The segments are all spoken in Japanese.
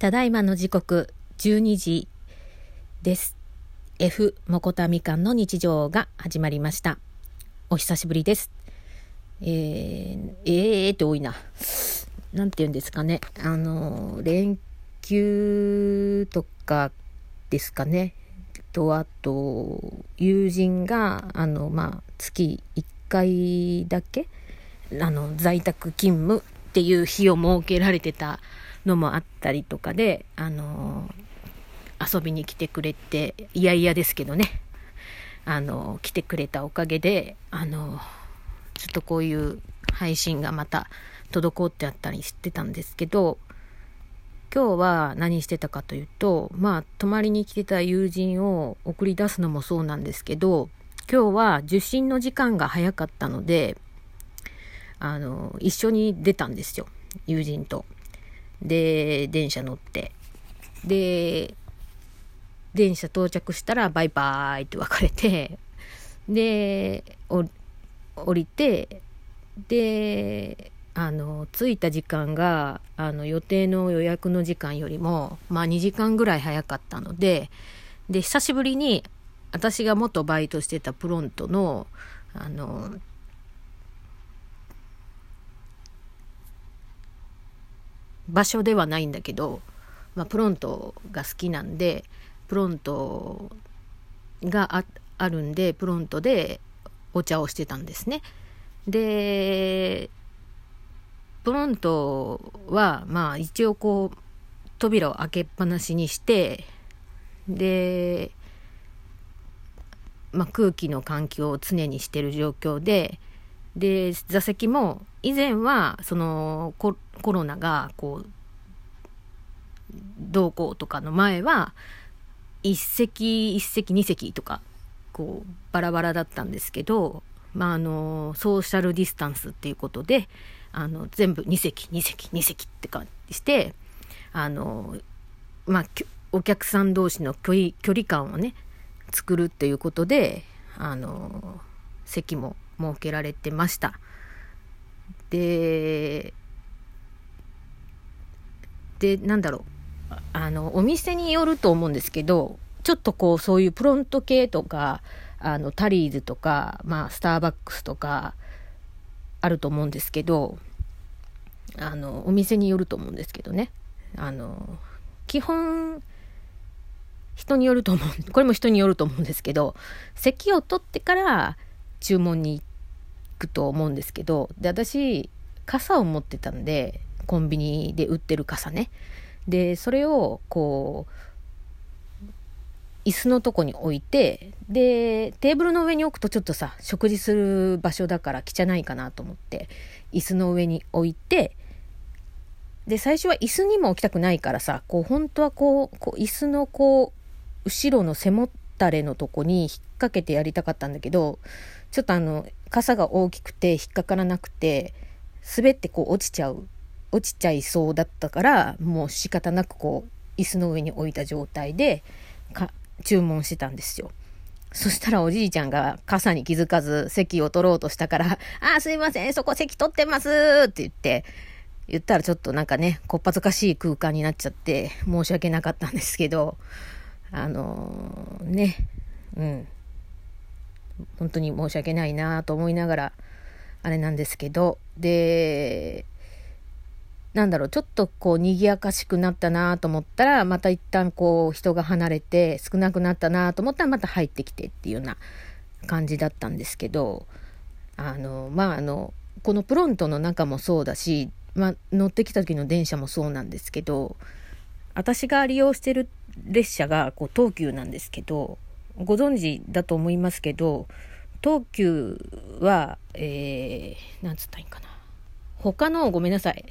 ただいまの時刻12時です。F もこたみかんの日常が始まりました。お久しぶりです。って多いな。なんて言うんですかね。連休とかですかね。あと友人が月1回だけ在宅勤務っていう日を設けられてたのもあったりとかで、遊びに来てくれて、いやいやですけどね、来てくれたおかげでちょっとこういう配信がまた滞ってあったりしてたんですけど、今日は何してたかというと、泊まりに来てた友人を送り出すのもそうなんですけど、今日は受診の時間が早かったので一緒に出たんですよ、友人と。で電車乗って、で電車到着したらバイバイって別れて、で降りて、で着いた時間が予定の予約の時間よりも2時間ぐらい早かったので、久しぶりに私が元バイトしてたプロントの場所ではないんだけど、プロントが好きなんで、プロントが あるんで、プロントでお茶をしてたんですね。でプロントは一応こう扉を開けっぱなしにして、で空気の換気を常にしている状況で、座席も以前はそのコロナがこうどうこうとかの前は1席2席とかこうバラバラだったんですけど、ソーシャルディスタンスっていうことで全部2席って感じして、お客さん同士の距離感をね作るっていうことで席も設けられてました。でお店によると思うんですけど、ちょっとこうそういうプロント系とかタリーズとか、スターバックスとかあると思うんですけど、お店によると思うんですけどね、基本人によると思う、これも人によると思うんですけど、席を取ってから注文に行くと思うんですけど、で私傘を持ってたんで、コンビニで売ってる傘ね、でそれをこう椅子のとこに置いて、でテーブルの上に置くとちょっと食事する場所だから汚いかなと思って椅子の上に置いて、で最初は椅子にも置きたくないから本当はこう椅子の後ろの背もたれのとこに引っ掛けてやりたかったんだけど、ちょっと傘が大きくて引っかからなくて、滑って落ちちゃいそうだったから、もう仕方なく椅子の上に置いた状態で注文してたんですよ。そしたらおじいちゃんが傘に気づかず席を取ろうとしたから、すいません、そこ席取ってますって言ったら、ちょっとこっぱずかしい空間になっちゃって申し訳なかったんですけど、本当に申し訳ないなと思いながらあれなんですけど、でちょっと賑やかしくなったなと思ったら、また一旦人が離れて少なくなったなと思ったらまた入ってきてっていうような感じだったんですけど、このプロントの中もそうだし、乗ってきた時の電車もそうなんですけど、私が利用してる列車が東急なんですけど、ご存知だと思いますけど、東急はなんつったらいいかな、他のごめんなさい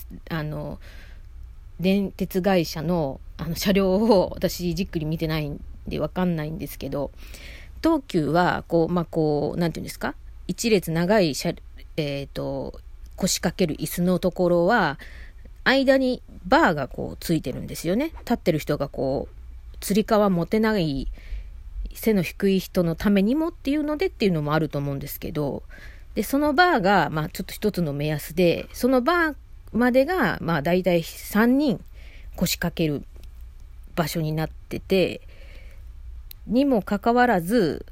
電鉄会社の車両を私じっくり見てないんで分かんないんですけど、東急はなんていうんですか、一列長い腰掛ける椅子のところは間にバーがついてるんですよね。立ってる人がつり革持てない背の低い人のためにもっていうのもあると思うんですけど、でそのバーがちょっと一つの目安で、そのバーまでがだいたい3人腰掛ける場所になってて、にもかかわらず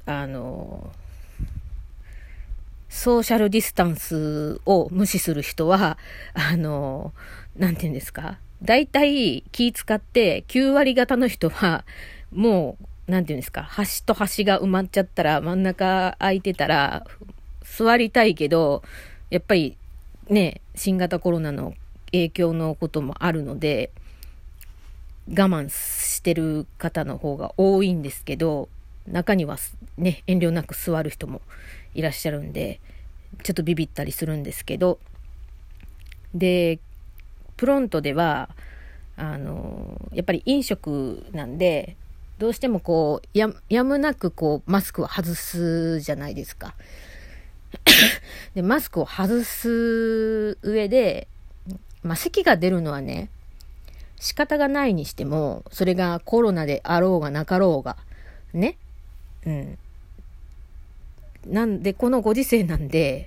ソーシャルディスタンスを無視する人はなんていうんですか、だいたい気使って9割方の人はもうなんていうんですか、端と端が埋まっちゃったら、真ん中空いてたら座りたいけど、やっぱりね、新型コロナの影響のこともあるので我慢してる方の方が多いんですけど、中にはね、遠慮なく座る人もいらっしゃるんで、ちょっとビビったりするんですけど、でプロントではやっぱり飲食なんで、どうしてもこうやむなくこうマスクを外すじゃないですか。でマスクを外す上で、咳が出るのはね仕方がないにしても、それがコロナであろうがなかろうがね、なんでこのご時世なんで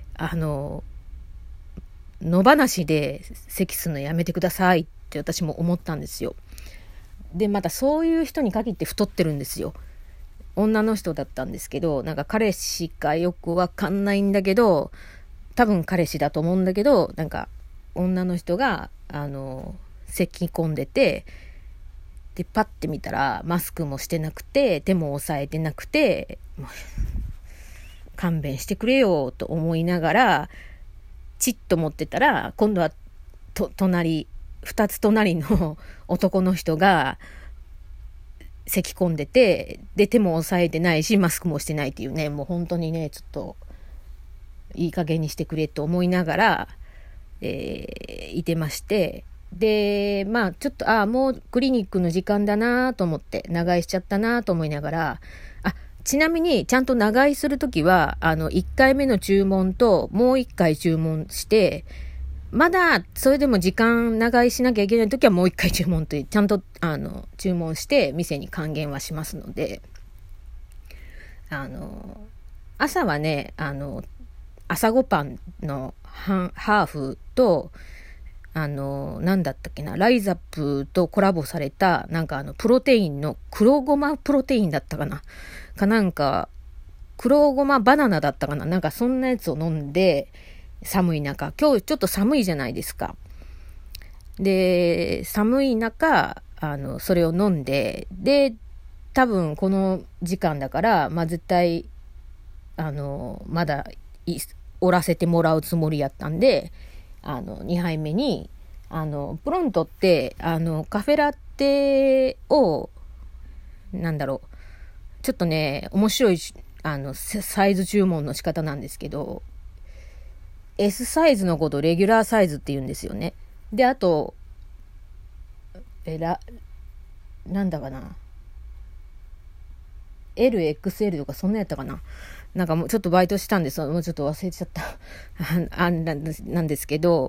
野放しで咳するのやめてくださいって私も思ったんですよ。でまたそういう人に限って太ってるんですよ。女の人だったんですけど、なんか彼氏かよくわかんないんだけど、多分彼氏だと思うんだけど、なんか女の人が咳き込んでて、でパッて見たらマスクもしてなくて手も押さえてなくて、勘弁してくれよと思いながらチッと持ってたら、今度は2つ隣の男の人が咳き込んでて、で手も押さえてないしマスクもしてないっていうね、もう本当にね、ちょっといい加減にしてくれと思いながら、いてまして、でちょっともうクリニックの時間だなと思って、長居しちゃったなと思いながら、ちなみにちゃんと長居するときは1回目の注文ともう1回注文して、まだそれでも時間長居しなきゃいけないときはもう1回注文という、ちゃんと注文して店に還元はしますので、朝はね朝ごパンのハーフとなんだったっけな、ライザップとコラボされたなんかプロテインの黒ごまプロテインだったかな、なんか黒ごまバナナだったかな、なんかそんなやつを飲んで、寒い中、今日ちょっと寒いじゃないですか。で寒い中それを飲んで、で多分この時間だから、絶対まだおらせてもらうつもりやったんで、2杯目にプロントってカフェラテをちょっとね面白いサイズ注文の仕方なんですけど、S サイズのことレギュラーサイズって言うんですよね。であとなんだかな、LXL とかそんなやったかな、なんかもうちょっとバイトしたんです、もうちょっと忘れちゃったなんですけど、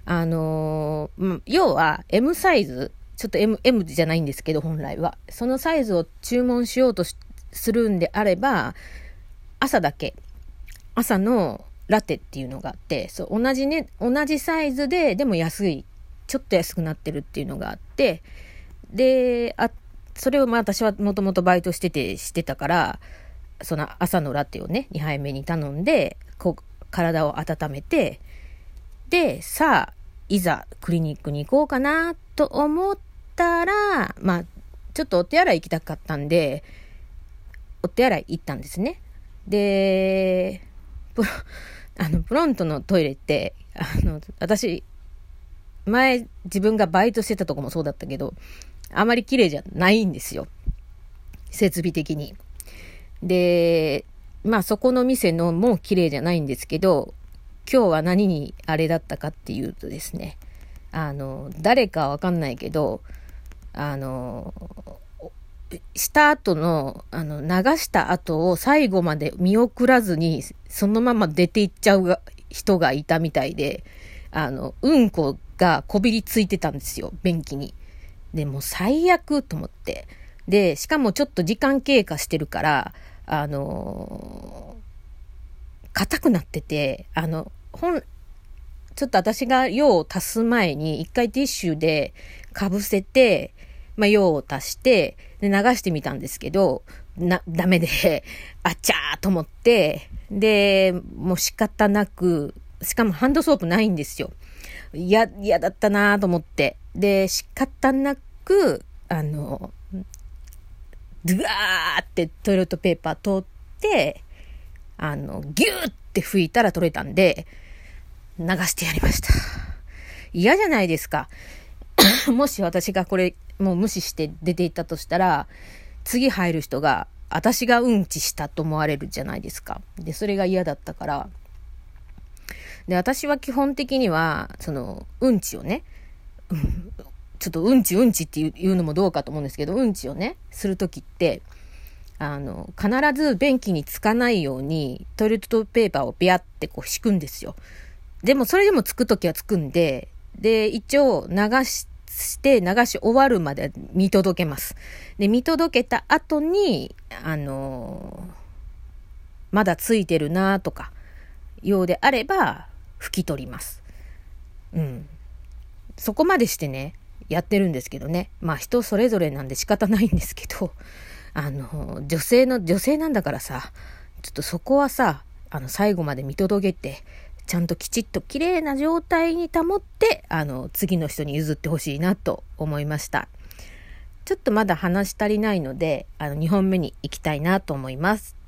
要は M サイズ、ちょっと M じゃないんですけど、本来はそのサイズを注文しようとするんであれば、朝のラテっていうのがあって、そう同じサイズででも安い、ちょっと安くなってるっていうのがあって、でそれを私はもともとバイトしてたから、その朝のラテをね2杯目に頼んで、こう体を温めて、でさあいざクリニックに行こうかなと思ったら、ちょっとお手洗い行きたかったんでお手洗い行ったんですね。でプロントのトイレって私前自分がバイトしてたとこもそうだったけど、あまり綺麗じゃないんですよ、設備的に。でそこの店のも綺麗じゃないんですけど、今日は何にあれだったかっていうとですね、誰かわかんないけどした後の流した後を最後まで見送らずにそのまま出ていっちゃう人がいたみたいで、うんこがこびりついてたんですよ、便器に。でもう最悪と思って、でしかもちょっと時間経過してるから硬くなってて、 ちょっと私が用を足す前に、一回ティッシュでかぶせて、用を足して、で流してみたんですけど、ダメで、あっちゃーと思って、で、もう仕方なく、しかもハンドソープないんですよ。嫌だったなと思って。で、仕方なく、ドゥワーってトイレットペーパー取って、ギューって拭いたら取れたんで、流してやりました。嫌じゃないですか。もし私がこれもう無視して出ていったとしたら、次入る人が私がうんちしたと思われるじゃないですか。で、それが嫌だったから。で、私は基本的には、うんちをね、ちょっとうんちっていうのもどうかと思うんですけど、うんちをね、するときって、必ず便器につかないようにトイレットペーパーをビャってこう敷くんですよ。でもそれでもつくときはつくんで、で、一応流し終わるまで見届けます。で、見届けた後に、まだついてるなとか、ようであれば、拭き取ります。そこまでしてね、やってるんですけどね。人それぞれなんで仕方ないんですけど、女性なんだからさ、ちょっとそこはさ、最後まで見届けて、ちゃんときちっと綺麗な状態に保って、次の人に譲ってほしいなと思いました。ちょっとまだ話し足りないので、2本目に行きたいなと思います。